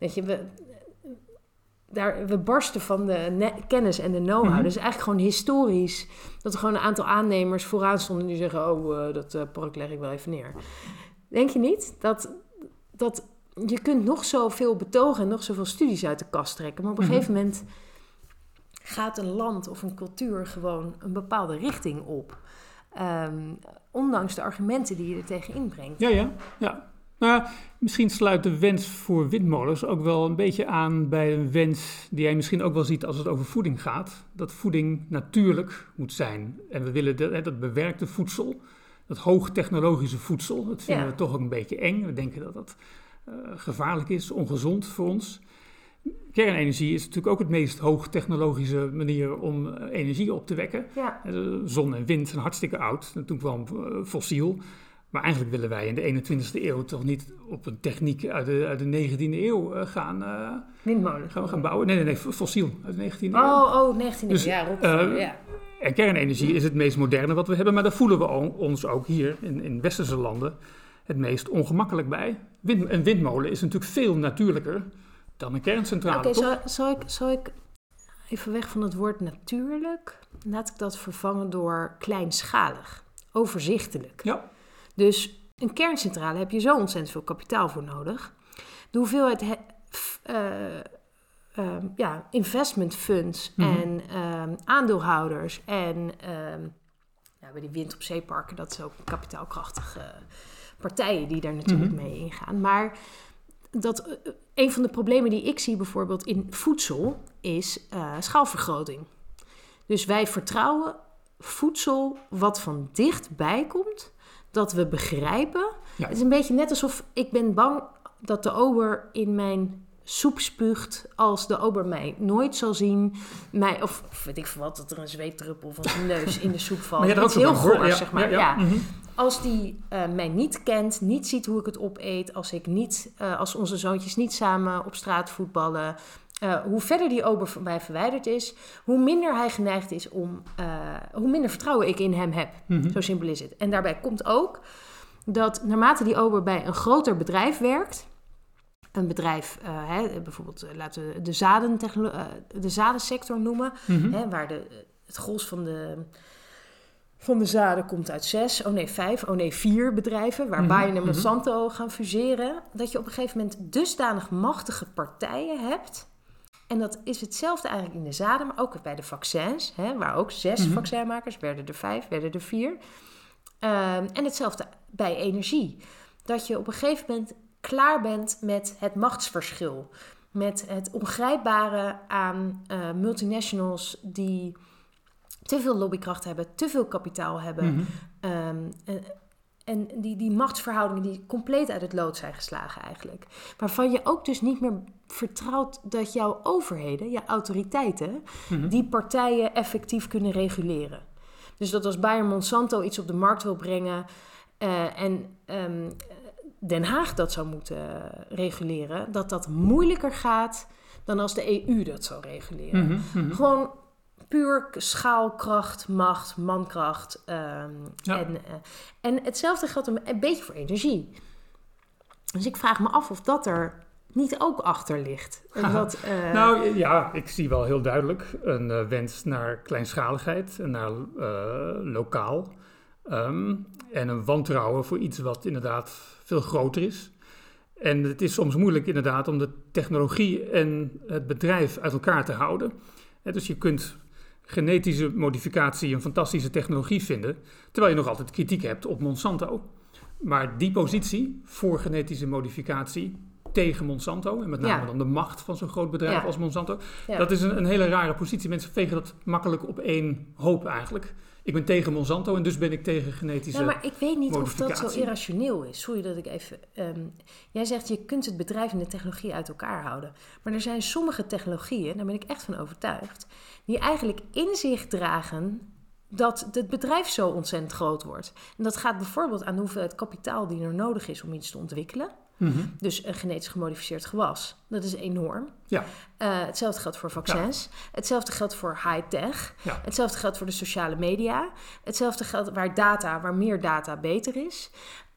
We barsten van de kennis en de know-how. Dus eigenlijk gewoon historisch dat er gewoon een aantal aannemers vooraan stonden die zeggen, dat park leg ik wel even neer. Denk je niet dat je kunt nog zoveel betogen en nog zoveel studies uit de kast trekken, maar op een gegeven moment gaat een land of een cultuur gewoon een bepaalde richting op. Ondanks de argumenten die je er tegen inbrengt. Ja. Maar misschien sluit de wens voor windmolens ook wel een beetje aan bij een wens die jij misschien ook wel ziet als het over voeding gaat. Dat voeding natuurlijk moet zijn. En we willen dat bewerkte voedsel, dat hoogtechnologische voedsel, dat vinden we toch ook een beetje eng. We denken dat dat gevaarlijk is, ongezond voor ons. Kernenergie is natuurlijk ook het meest hoogtechnologische manier om energie op te wekken. Ja. Zon en wind zijn hartstikke oud. Toen kwam fossiel. Maar eigenlijk willen wij in de 21ste eeuw toch niet op een techniek uit de 19e eeuw gaan... Windmolen. Gaan bouwen. Nee, fossiel uit de 19e eeuw. 19e eeuw. Dus, en kernenergie is het meest moderne wat we hebben. Maar daar voelen we ons ook hier in westerse landen het meest ongemakkelijk bij. Een windmolen is natuurlijk veel natuurlijker dan een kerncentrale. Oké, zal ik even weg van het woord natuurlijk? Laat ik dat vervangen door kleinschalig. Overzichtelijk. Ja. Dus een kerncentrale heb je zo ontzettend veel kapitaal voor nodig. De hoeveelheid investment funds en aandeelhouders en bij die wind op zeeparken, dat is ook kapitaalkrachtige partijen die daar natuurlijk mee ingaan. Maar een van de problemen die ik zie bijvoorbeeld in voedsel is schaalvergroting. Dus wij vertrouwen voedsel wat van dichtbij komt, dat we begrijpen. Ja. Het is een beetje net alsof ik ben bang dat de ober in mijn soep spuugt als de ober mij nooit zal zien. Of weet ik veel wat, dat er een zweetdruppel van zijn neus in de soep valt. Dat is heel goor, zeg maar. Ja. Mm-hmm. Als die mij niet kent, niet ziet hoe ik het opeet, als onze zoontjes niet samen op straat voetballen, hoe verder die ober van mij verwijderd is, hoe minder hij geneigd is hoe minder vertrouwen ik in hem heb. Mm-hmm. Zo simpel is het. En daarbij komt ook dat naarmate die ober bij een groter bedrijf werkt, een bedrijf, bijvoorbeeld laten we de zadensector noemen, waar het gros van de zaden komt uit 4 bedrijven, waar Bayer en Monsanto gaan fuseren, dat je op een gegeven moment dusdanig machtige partijen hebt. En dat is hetzelfde eigenlijk in de zaden, maar ook bij de vaccins, waar ook 6 vaccinmakers, werden er 5, werden er 4. En hetzelfde bij energie. Dat je op een gegeven moment klaar bent met het machtsverschil. Met het ongrijpbare aan multinationals die te veel lobbykracht hebben, te veel kapitaal hebben. En die machtsverhoudingen die compleet uit het lood zijn geslagen eigenlijk. Waarvan je ook dus niet meer vertrouwt dat jouw overheden, jouw autoriteiten, die partijen effectief kunnen reguleren. Dus dat als Bayer Monsanto iets op de markt wil brengen en Den Haag dat zou moeten reguleren, dat moeilijker gaat dan als de EU dat zou reguleren. Gewoon puur schaalkracht, macht, mankracht. En hetzelfde geldt een beetje voor energie. Dus ik vraag me af of dat er niet ook achter ligt. Nou ja, ik zie wel heel duidelijk een wens naar kleinschaligheid en naar lokaal. En een wantrouwen voor iets wat inderdaad veel groter is. En het is soms moeilijk inderdaad om de technologie en het bedrijf uit elkaar te houden. Dus je kunt genetische modificatie een fantastische technologie vinden, terwijl je nog altijd kritiek hebt op Monsanto. Maar die positie voor genetische modificatie tegen Monsanto, en met name dan de macht van zo'n groot bedrijf als Monsanto, dat is een hele rare positie. Mensen vegen dat makkelijk op één hoop eigenlijk. Ik ben tegen Monsanto en dus ben ik tegen genetische maar ik weet niet of dat modificatie. zo irrationeel is. Sorry dat ik even... jij zegt, je kunt het bedrijf en de technologie uit elkaar houden. Maar er zijn sommige technologieën, daar ben ik echt van overtuigd, die eigenlijk in zich dragen dat het bedrijf zo ontzettend groot wordt. En dat gaat bijvoorbeeld aan de hoeveelheid kapitaal die er nodig is om iets te ontwikkelen. Dus een genetisch gemodificeerd gewas. Dat is enorm. Ja. Hetzelfde geldt voor vaccins. Ja. Hetzelfde geldt voor high-tech. Ja. Hetzelfde geldt voor de sociale media. Hetzelfde geldt waar meer data beter is.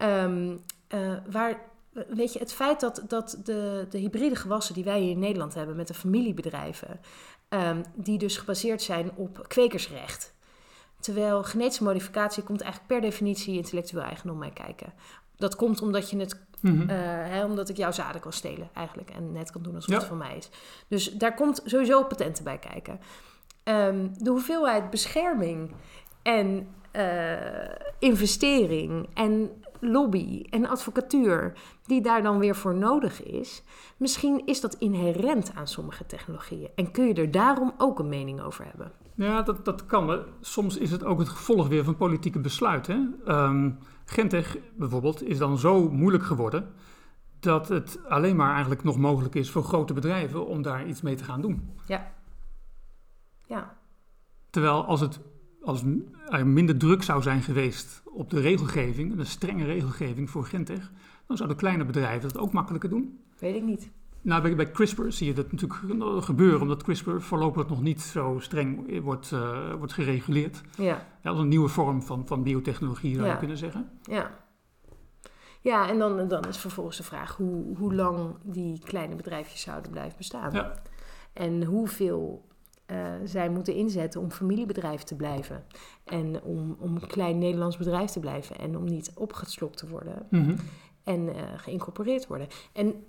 Weet je, het feit dat de hybride gewassen die wij hier in Nederland hebben met de familiebedrijven, die dus gebaseerd zijn op kwekersrecht. Terwijl genetische modificatie komt eigenlijk per definitie intellectueel eigendom bij kijken. Dat komt omdat je het omdat ik jouw zaden kan stelen eigenlijk. En net kan doen alsof het van mij is. Dus daar komt sowieso patenten bij kijken. De hoeveelheid bescherming en investering en lobby en advocatuur die daar dan weer voor nodig is. Misschien is dat inherent aan sommige technologieën. En kun je er daarom ook een mening over hebben. Ja, dat kan. Maar soms is het ook het gevolg weer van politieke besluiten. Gentech bijvoorbeeld is dan zo moeilijk geworden dat het alleen maar eigenlijk nog mogelijk is voor grote bedrijven om daar iets mee te gaan doen. Ja. Terwijl als er minder druk zou zijn geweest op de regelgeving, een strenge regelgeving voor Gentech, dan zouden kleine bedrijven dat ook makkelijker doen. Weet ik niet. Nou, bij CRISPR zie je dat natuurlijk gebeuren, omdat CRISPR voorlopig nog niet zo streng wordt gereguleerd. Ja. Dat is een nieuwe vorm van biotechnologie, zou je kunnen zeggen. Ja, en dan is vervolgens de vraag hoe lang die kleine bedrijfjes zouden blijven bestaan. Ja. En hoeveel zij moeten inzetten om familiebedrijf te blijven. En om een klein Nederlands bedrijf te blijven. En om niet opgeslokt te worden. En geïncorporeerd te worden. En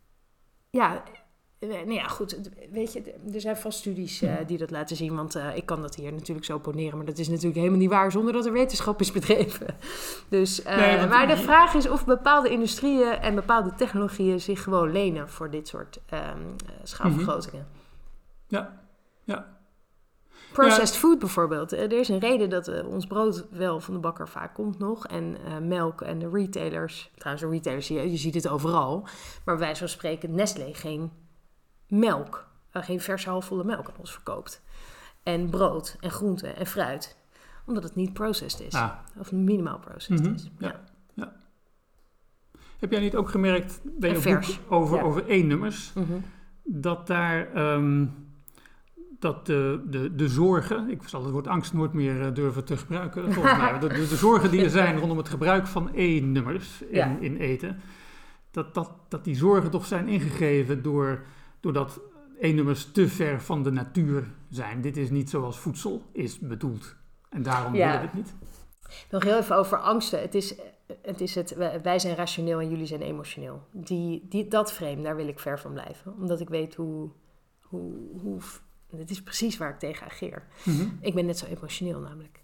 goed, weet je, er zijn vast studies die dat laten zien, want ik kan dat hier natuurlijk zo poneren, maar dat is natuurlijk helemaal niet waar zonder dat er wetenschap is bedreven. Dus, maar de vraag is of bepaalde industrieën en bepaalde technologieën zich gewoon lenen voor dit soort schaalvergrotingen. Ja. Processed food bijvoorbeeld. Er is een reden dat ons brood wel van de bakker vaak komt nog. En melk en de retailers. Trouwens, de retailers, je ziet het overal. Maar wij zo spreken Nestlé geen melk. Geen verse halfvolle melk aan ons verkoopt. En brood en groenten en fruit. Omdat het niet processed is. Of minimaal processed is. Ja. Heb jij niet ook gemerkt bij je boek over E-nummers... dat daar... dat de zorgen, ik zal het woord angst nooit meer durven te gebruiken, volgens mij. De zorgen die er zijn rondom het gebruik van E-nummers in eten, dat die zorgen toch zijn ingegeven doordat E-nummers te ver van de natuur zijn. Dit is niet zoals voedsel is bedoeld. En daarom willen we het niet. Nog heel even over angsten. Wij zijn rationeel en jullie zijn emotioneel. Dat frame, daar wil ik ver van blijven. Omdat ik weet hoe dit is precies waar ik tegen ageer. Ik ben net zo emotioneel namelijk.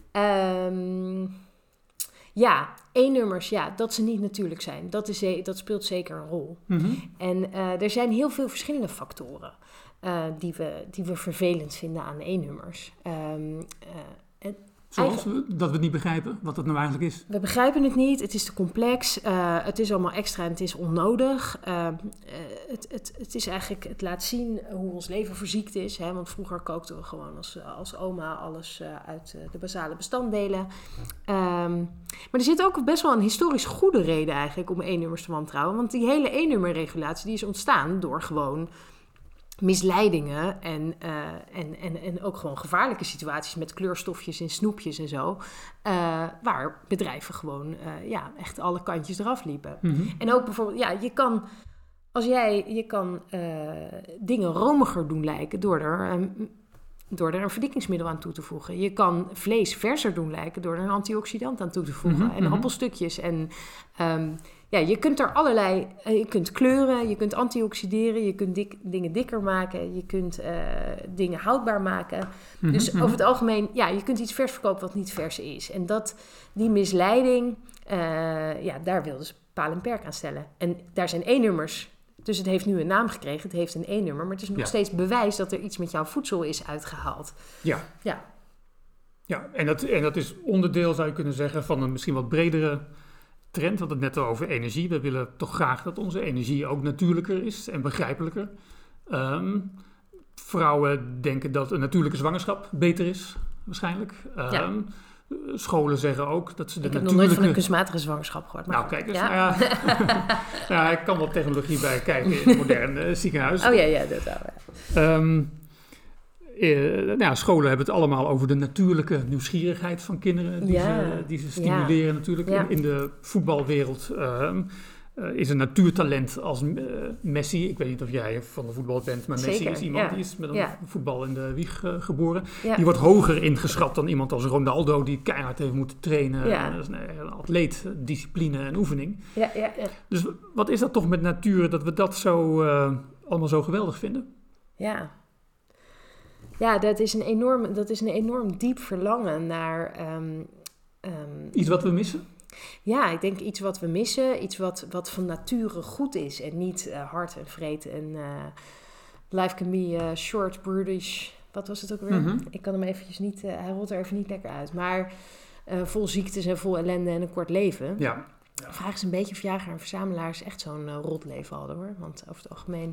E-nummers, dat ze niet natuurlijk zijn. Dat speelt zeker een rol. En er zijn heel veel verschillende factoren die we vervelend vinden aan E-nummers. Zoals dat we het niet begrijpen, wat het nou eigenlijk is. We begrijpen het niet, het is te complex, het is allemaal extra en het is onnodig. Het is eigenlijk, het laat zien hoe ons leven verziekt is. Hè? Want vroeger kookten we gewoon als oma alles uit de basale bestanddelen. Maar er zit ook best wel een historisch goede reden eigenlijk om E-nummers te wantrouwen. Want die hele E-nummerregulatie die is ontstaan door gewoon misleidingen en ook gewoon gevaarlijke situaties met kleurstofjes en snoepjes en zo. Waar bedrijven gewoon echt alle kantjes eraf liepen. Mm-hmm. En ook bijvoorbeeld, je kan dingen romiger doen lijken door er een verdikkingsmiddel aan toe te voegen. Je kan vlees verser doen lijken door er een antioxidant aan toe te voegen. Mm-hmm. En appelstukjes en je kunt er allerlei... je kunt kleuren, je kunt antioxideren, je kunt dingen dikker maken, je kunt dingen houdbaar maken. Mm-hmm. Dus over het algemeen, je kunt iets vers verkopen wat niet vers is. En die misleiding, daar wilden ze paal en perk aan stellen. En daar zijn E-nummers. Dus het heeft nu een naam gekregen, het heeft een E-nummer, maar het is nog steeds bewijs dat er iets met jouw voedsel is uitgehaald. Ja. En dat is onderdeel, zou je kunnen zeggen, van een misschien wat bredere trend. We hadden het net over energie. We willen toch graag dat onze energie ook natuurlijker is en begrijpelijker. Vrouwen denken dat een natuurlijke zwangerschap beter is, waarschijnlijk. Scholen zeggen ook dat ze de natuurlijke... Ik heb nog nooit van een kunstmatige zwangerschap gehoord. Maar kijk eens. Ik kan wel technologie bij kijken in een modern ziekenhuis. Oh ja, dat wel. Scholen hebben het allemaal over de natuurlijke nieuwsgierigheid van kinderen. Die ze stimuleren natuurlijk. Ja. In de voetbalwereld is een natuurtalent als Messi. Ik weet niet of jij van de voetbal bent, maar Messi is iemand die is met een voetbal in de wieg geboren. Ja. Die wordt hoger ingeschat dan iemand als Ronaldo die keihard heeft moeten trainen. Ja. Dat is een atleet, discipline en oefening. Ja. Dus wat is dat toch met natuur dat we dat zo allemaal zo geweldig vinden? Ja, dat is een enorm diep verlangen naar... iets wat we missen? Ja, ik denk iets wat we missen. Iets wat van nature goed is. En niet hard en vreed. En life can be short, brutish. Wat was het ook weer? Mm-hmm. Ik kan hem eventjes niet... hij rolt er even niet lekker uit. Maar vol ziektes en vol ellende en een kort leven. Ja. De vraag is een beetje of jager en verzamelaars echt zo'n rot leven hadden, hoor. Want over het algemeen...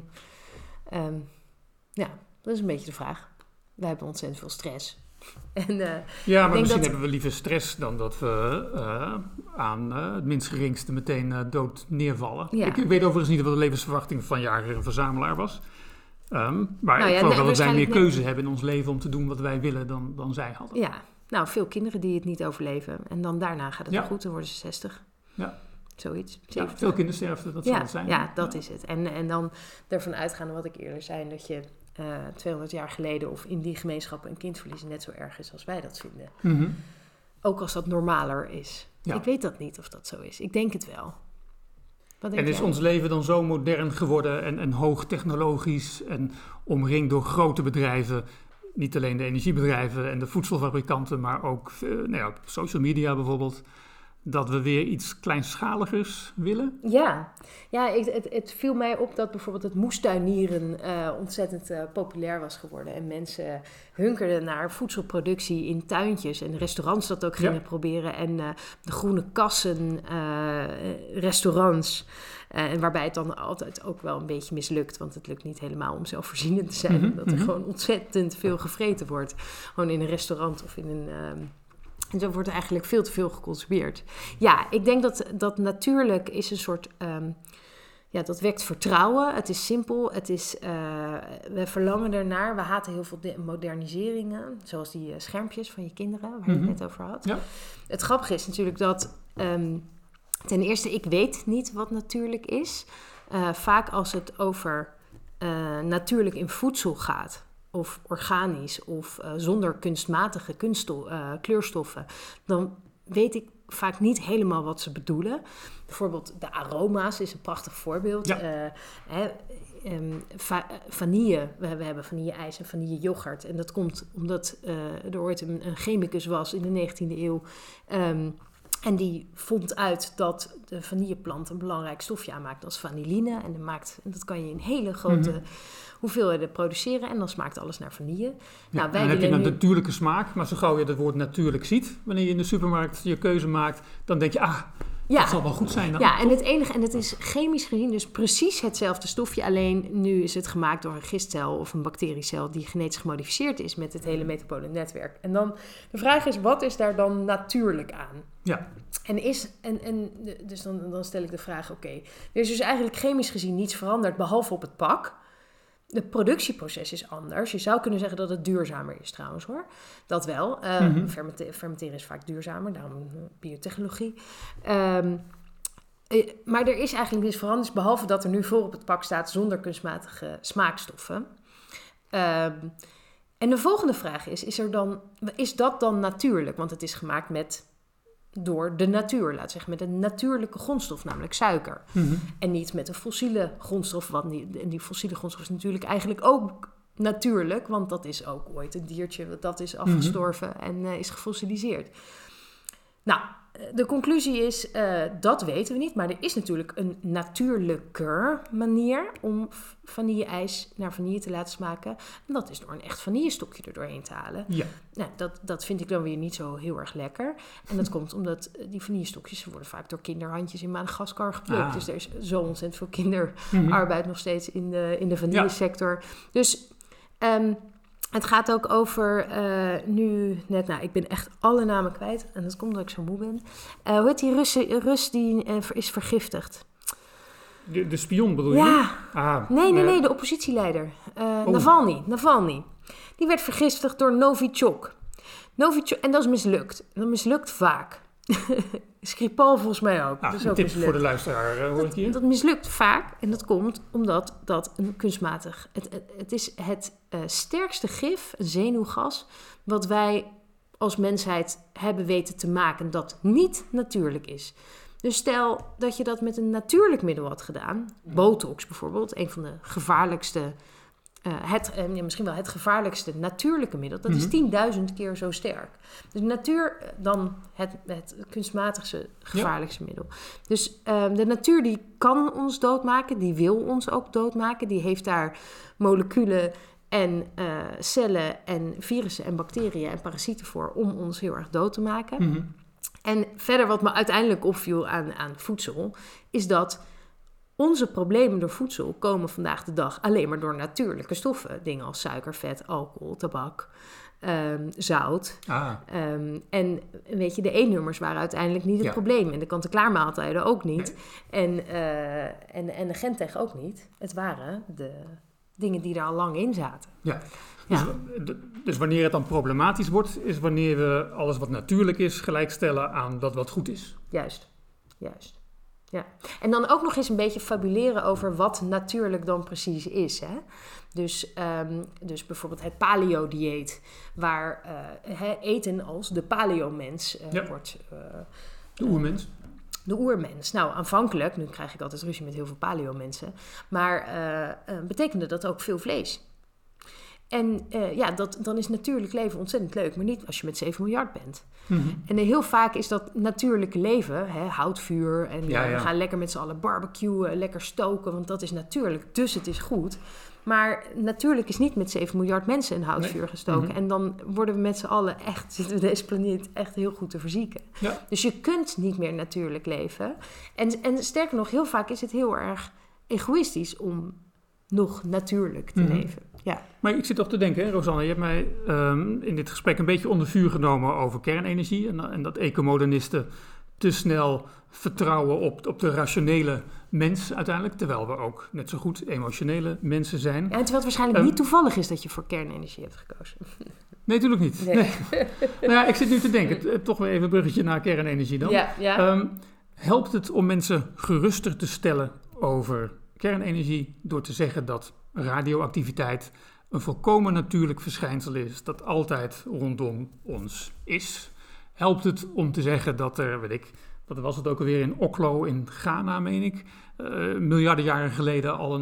dat is een beetje de vraag. Wij hebben ontzettend veel stress. En, maar misschien hebben we liever stress dan dat we aan het minst geringste meteen dood neervallen. Ja. Ik weet overigens niet wat de levensverwachting van jager en verzamelaar was. Maar ik geloof wel dat wij meer keuze hebben in ons leven om te doen wat wij willen dan zij hadden. Ja, veel kinderen die het niet overleven. En dan daarna gaat het wel goed, dan worden ze 60. Ja. Zoiets. Ja, veel kindersterfte, dat zal het zijn. Ja, dat is het. En dan ervan uitgaan wat ik eerder zei, dat je 200 jaar geleden of in die gemeenschap een kind verliezen net zo erg is als wij dat vinden. Mm-hmm. Ook als dat normaler is. Ja. Ik weet dat niet of dat zo is. Ik denk het wel. En is ons leven dan zo modern geworden en hoogtechnologisch en omringd door grote bedrijven, niet alleen de energiebedrijven en de voedselfabrikanten, maar ook social media bijvoorbeeld, dat we weer iets kleinschaligers willen? Ja, het viel mij op dat bijvoorbeeld het moestuinieren ontzettend populair was geworden. En mensen hunkerden naar voedselproductie in tuintjes. En restaurants dat ook gingen proberen. En de groene kassen, restaurants. En waarbij het dan altijd ook wel een beetje mislukt. Want het lukt niet helemaal om zelfvoorzienend te zijn. Mm-hmm. Omdat er gewoon ontzettend veel gevreten wordt. Gewoon in een restaurant of in een... En zo wordt er eigenlijk veel te veel geconsumeerd. Ja, ik denk dat natuurlijk is een soort... dat wekt vertrouwen. Het is simpel. Het is, we verlangen ernaar. We haten heel veel moderniseringen. Zoals die schermpjes van je kinderen, waar je het net over had. Ja. Het grappige is natuurlijk dat... ten eerste, ik weet niet wat natuurlijk is. Vaak als het over natuurlijk in voedsel gaat... of organisch of zonder kunstmatige kleurstoffen... dan weet ik vaak niet helemaal wat ze bedoelen. Bijvoorbeeld de aroma's is een prachtig voorbeeld. Ja. Vanille, we hebben vanille-ijs en vanille-yoghurt. En dat komt omdat er ooit een chemicus was in de 19e eeuw... En die vond uit dat de vanilleplant een belangrijk stofje aanmaakt als vanilline. En dat kan je in hele grote hoeveelheden produceren. En dan smaakt alles naar vanille. Ja, dan heb je een natuurlijke smaak. Maar zo gauw je het woord natuurlijk ziet, wanneer je in de supermarkt je keuze maakt, dan denk je, dat zal wel goed zijn dan. Ja, en het is chemisch gezien dus precies hetzelfde stofje. Alleen nu is het gemaakt door een gistcel of een bacteriecel die genetisch gemodificeerd is met het hele metabole netwerk. En dan de vraag is, wat is daar dan natuurlijk aan? Ja. Dus dan stel ik de vraag, oké, er is dus eigenlijk chemisch gezien niets veranderd behalve op het pak. Het productieproces is anders. Je zou kunnen zeggen dat het duurzamer is trouwens hoor. Dat wel. Fermenteren is vaak duurzamer, daarom biotechnologie. Maar er is eigenlijk niets veranderd, behalve dat er nu voor op het pak staat zonder kunstmatige smaakstoffen. En de volgende vraag is dat dan natuurlijk? Want het is gemaakt door de natuur, laten we zeggen, met een natuurlijke grondstof, namelijk suiker. En niet met een fossiele grondstof, die fossiele grondstof is natuurlijk eigenlijk ook natuurlijk, want dat is ook ooit een diertje dat is afgestorven en is gefossiliseerd. Nou, de conclusie is, dat weten we niet, maar er is natuurlijk een natuurlijker manier om vanille-ijs naar vanille te laten smaken. En dat is door een echt vanillestokje er doorheen te halen. Ja. Nou, dat vind ik dan weer niet zo heel erg lekker. En dat komt omdat die vanillestokjes worden vaak door kinderhandjes in Madagaskar geplukt. Dus er is zo ontzettend veel kinderarbeid nog steeds in de vanillesector. Ja. Dus het gaat ook over ik ben echt alle namen kwijt. En dat komt omdat ik zo moe ben. Hoe heet die Rus die is vergiftigd? De spion bedoel je? Ja. Nee, de oppositieleider. Navalny. Die werd vergiftigd door Novichok. En dat is mislukt. Dat mislukt vaak. Skripal volgens mij ook. Dat is ook tip mislukt. Voor de luisteraar hoor ik hier. Dat mislukt vaak en dat komt omdat dat een kunstmatig... Het is het sterkste gif, een zenuwgas, wat wij als mensheid hebben weten te maken dat niet natuurlijk is. Dus stel dat je dat met een natuurlijk middel had gedaan, botox bijvoorbeeld, een van de gevaarlijkste... misschien wel het gevaarlijkste natuurlijke middel. Dat is 10.000 keer zo sterk. Dus natuur dan het kunstmatigste gevaarlijkste middel. Dus de natuur die kan ons doodmaken. Die wil ons ook doodmaken. Die heeft daar moleculen en cellen en virussen en bacteriën en parasieten voor om ons heel erg dood te maken. En verder wat me uiteindelijk opviel aan voedsel is dat onze problemen door voedsel komen vandaag de dag alleen maar door natuurlijke stoffen. Dingen als suiker, vet, alcohol, tabak, zout. En weet je, de E-nummers waren uiteindelijk niet het probleem. En de kant-en-klaar maaltijden ook niet. Nee. En de Gentech ook niet. Het waren de dingen die er al lang in zaten. Ja. Dus wanneer het dan problematisch wordt, is wanneer we alles wat natuurlijk is gelijkstellen aan dat wat goed is. Juist. Ja. En dan ook nog eens een beetje fabuleren over wat natuurlijk dan precies is. Hè? Dus bijvoorbeeld het paleo-dieet, waar eten als de paleo-mens wordt... de oermens. De oermens. Nou, aanvankelijk, nu krijg ik altijd ruzie met heel veel paleo-mensen, maar betekende dat ook veel vlees. En dan is natuurlijk leven ontzettend leuk, maar niet als je met 7 miljard bent. En heel vaak is dat natuurlijke leven, houtvuur en we gaan lekker met z'n allen barbecuen, lekker stoken, want dat is natuurlijk, dus het is goed. Maar natuurlijk is niet met 7 miljard mensen in houtvuur gestoken. En dan worden we met z'n allen zitten we deze planeet echt heel goed te verzieken. Ja. Dus je kunt niet meer natuurlijk leven. En sterker nog, heel vaak is het heel erg egoïstisch om nog natuurlijk te leven. Ja. Maar ik zit toch te denken, Rosanne, je hebt mij in dit gesprek een beetje onder vuur genomen over kernenergie. En dat ecomodernisten te snel vertrouwen op de rationele mens uiteindelijk. Terwijl we ook net zo goed emotionele mensen zijn. Ja, en terwijl het waarschijnlijk niet toevallig is dat je voor kernenergie hebt gekozen. Nee, natuurlijk niet. Nee. Nou ja, ik zit nu te denken, toch weer even een bruggetje naar kernenergie dan. Ja. Helpt het om mensen geruster te stellen over kernenergie door te zeggen dat radioactiviteit een volkomen natuurlijk verschijnsel is dat altijd rondom ons is? Helpt het om te zeggen dat er, wat was het ook alweer in Oklo in Ghana, meen ik, miljarden jaren geleden al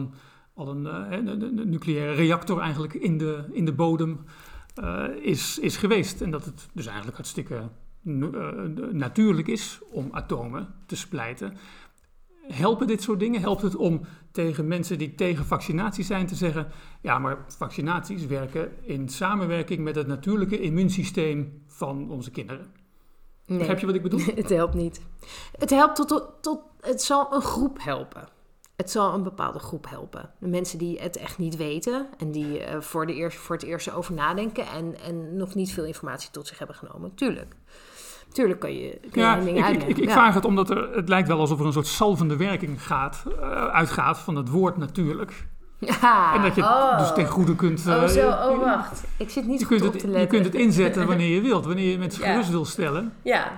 een nucleaire reactor eigenlijk in de bodem is geweest. En dat het dus eigenlijk hartstikke natuurlijk is om atomen te splijten. Helpen dit soort dingen? Helpt het om tegen mensen die tegen vaccinatie zijn te zeggen... ja, maar vaccinaties werken in samenwerking met het natuurlijke immuunsysteem van onze kinderen. Nee. Begrijp je wat ik bedoel? Het helpt niet. Het helpt het zal een groep helpen. Het zal een bepaalde groep helpen. De mensen die het echt niet weten en die voor het eerst over nadenken en nog niet veel informatie tot zich hebben genomen. Tuurlijk kun je dingen uitleggen. Ik vraag het omdat het lijkt wel alsof er een soort salvende werking uitgaat van het woord natuurlijk. Ja, en dat je dus ten goede kunt... wacht. Ik zit niet goed op te letten. Je kunt het inzetten wanneer je wilt. Wanneer je mensen gerust wil stellen.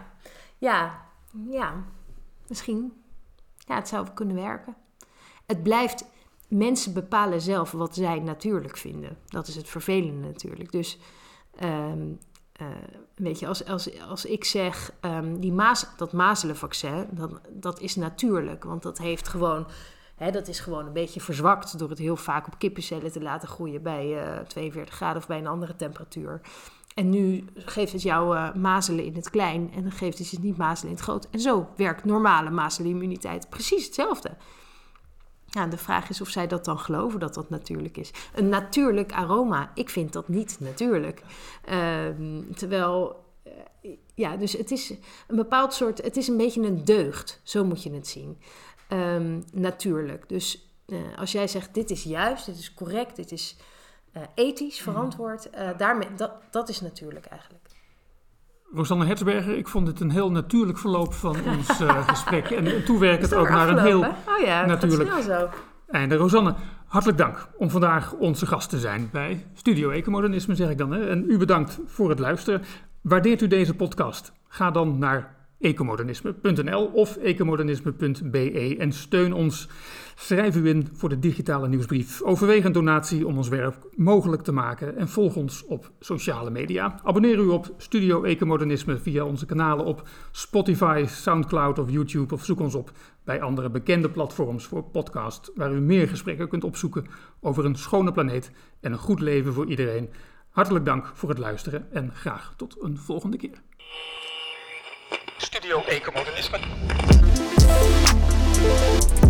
Ja. Misschien. Ja, het zou kunnen werken. Het blijft... Mensen bepalen zelf wat zij natuurlijk vinden. Dat is het vervelende natuurlijk. Dus... weet je, als ik zeg, dat mazelenvaccin, dat is natuurlijk. Want dat heeft gewoon, dat is gewoon een beetje verzwakt door het heel vaak op kippencellen te laten groeien bij 42 graden of bij een andere temperatuur. En nu geeft het jou mazelen in het klein en dan geeft het je niet mazelen in het groot. En zo werkt normale mazelenimmuniteit precies hetzelfde. Ja, de vraag is of zij dat dan geloven dat dat natuurlijk is. Een natuurlijk aroma, ik vind dat niet natuurlijk. Dus het is een bepaald soort... Het is een beetje een deugd, zo moet je het zien. Natuurlijk. Dus als jij zegt, dit is juist, dit is correct, dit is ethisch verantwoord... dat is natuurlijk eigenlijk. Rosanne Hertzberger, ik vond het een heel natuurlijk verloop van ons gesprek. En toe werkt het ook naar een heel natuurlijk einde. Rosanne, hartelijk dank om vandaag onze gast te zijn bij Studio Ecomodernisme, zeg ik dan. Hè? En u bedankt voor het luisteren. Waardeert u deze podcast? Ga dan naar ecomodernisme.nl of ecomodernisme.be en steun ons. Schrijf u in voor de digitale nieuwsbrief. Overweeg een donatie om ons werk mogelijk te maken en volg ons op sociale media. Abonneer u op Studio Ecomodernisme via onze kanalen op Spotify, Soundcloud of YouTube of zoek ons op bij andere bekende platforms voor podcast waar u meer gesprekken kunt opzoeken over een schone planeet en een goed leven voor iedereen. Hartelijk dank voor het luisteren en graag tot een volgende keer. Studio Ecomodernisme.